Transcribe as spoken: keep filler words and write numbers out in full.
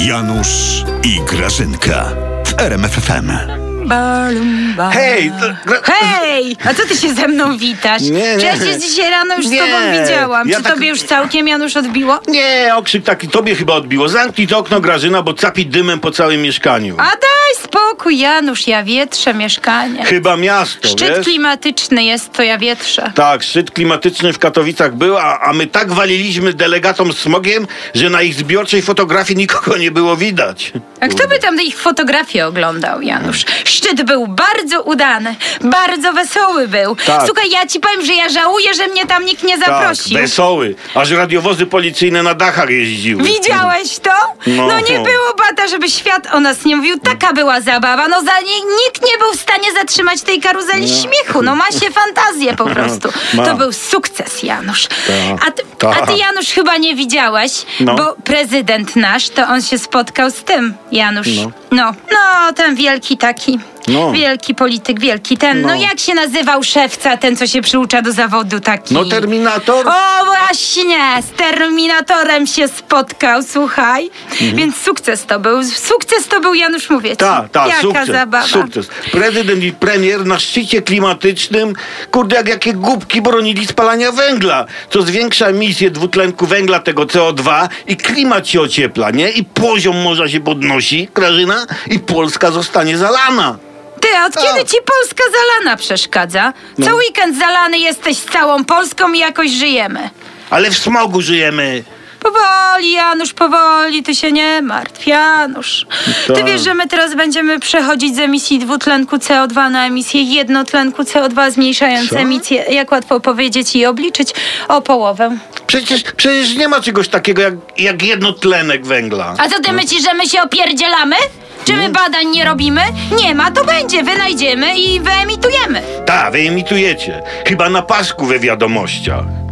Janusz i Grażynka w R M F F M. Balumba. Hej! To, gra... Hej! A co ty się ze mną witasz? Nie, nie. Przecież dzisiaj rano już z Nie. tobą widziałam. Ja Czy tak- tobie już całkiem, Janusz, odbiło? Nie, okrzyk taki tobie chyba odbiło. Zamknij to okno, Grażyna, bo capi dymem po całym mieszkaniu. A daj spokój, Janusz, ja wietrzę mieszkanie. Chyba miasto, Szczyt wiesz? klimatyczny jest, to ja wietrzę. Tak, szczyt klimatyczny w Katowicach był, a, a my tak waliliśmy delegatom smogiem, że na ich zbiorczej fotografii nikogo nie było widać. A kto by tam ich fotografię oglądał, Janusz? Szczyt był bardzo udany, bardzo wesoły był. Tak. Słuchaj, ja ci powiem, że ja żałuję, że mnie tam nikt nie Tak, zaprosił. wesoły. Aż radiowozy policyjne na dachach jeździły. Widziałeś to? No. No nie było bata, żeby świat o nas nie mówił. Taka była zabawa. No za nie, nikt nie był w stanie zatrzymać tej karuzeli No. śmiechu. No ma się fantazję po prostu. Ma. To był sukces, Janusz. Tak. A ty, Tak. a ty, Janusz, chyba nie widziałeś, No. bo prezydent nasz, to on się spotkał z tym, Janusz. No. No, no ten wielki taki. No. Wielki polityk, wielki ten. No. No. jak się nazywał szewca, ten co się przyucza do zawodu taki? No Terminator? O właśnie, z Terminatorem się spotkał, słuchaj. Więc sukces to był. Sukces to był, Janusz, mówię ci. Tak, tak, Jaka sukces, zabawa. sukces. Prezydent i premier na szczycie klimatycznym, kurde, jak jakie głupki bronili spalania węgla, co zwiększa emisję dwutlenku węgla, tego C O dwa i klimat się ociepla, nie? I poziom morza się podnosi, Grażyna, i Polska zostanie zalana. Ty, od Tak. kiedy ci Polska zalana przeszkadza? Co No. weekend zalany jesteś z całą Polską i jakoś żyjemy. Ale w smogu żyjemy. Powoli, Janusz, powoli, ty się nie martw, Janusz. Ty Tak. wiesz, że my teraz będziemy przechodzić z emisji dwutlenku C O dwa na emisję jednotlenku C O dwa, zmniejszając Co? emisję, jak łatwo powiedzieć i obliczyć, o połowę. Przecież, przecież nie ma czegoś takiego jak, jak jednotlenek węgla. A co ty myślisz, że my się opierdzielamy? Czy my badań nie robimy? Nie ma, to będzie, wynajdziemy i wyemitujemy. Tak, wy emitujecie. Chyba na pasku we wiadomościach.